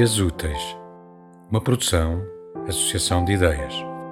Ideias Úteis, uma produção, associação de ideias.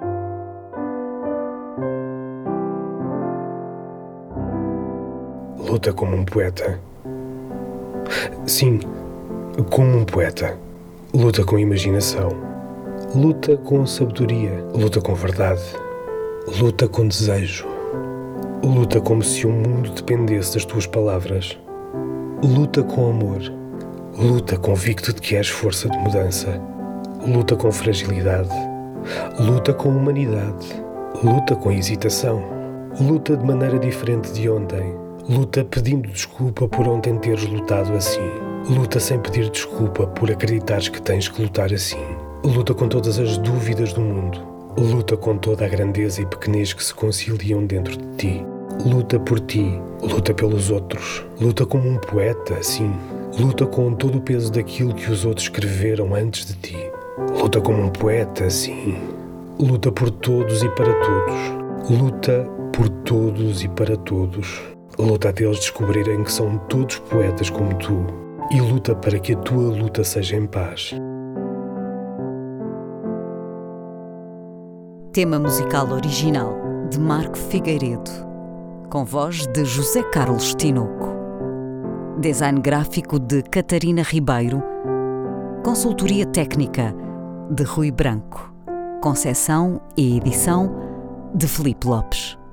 Luta como um poeta. Sim, como um poeta. Luta com imaginação. Luta com sabedoria. Luta com verdade. Luta com desejo. Luta como se o mundo dependesse das tuas palavras. Luta com amor. Luta convicto de que és força de mudança. Luta com fragilidade. Luta com humanidade. Luta com hesitação. Luta de maneira diferente de ontem. Luta pedindo desculpa por ontem teres lutado assim. Luta sem pedir desculpa por acreditares que tens que lutar assim. Luta com todas as dúvidas do mundo. Luta com toda a grandeza e pequenez que se conciliam dentro de ti. Luta por ti. Luta pelos outros. Luta como um poeta, sim. Luta com todo o peso daquilo que os outros escreveram antes de ti. Luta como um poeta, sim. Luta por todos e para todos. Luta por todos e para todos. Luta até eles descobrirem que são todos poetas como tu. E luta para que a tua luta seja em paz. Tema musical original de Marco Figueiredo, com voz de José Carlos Tinoco. Design gráfico de Catarina Ribeiro. Consultoria técnica de Rui Branco. Conceção e edição de Filipe Lopes.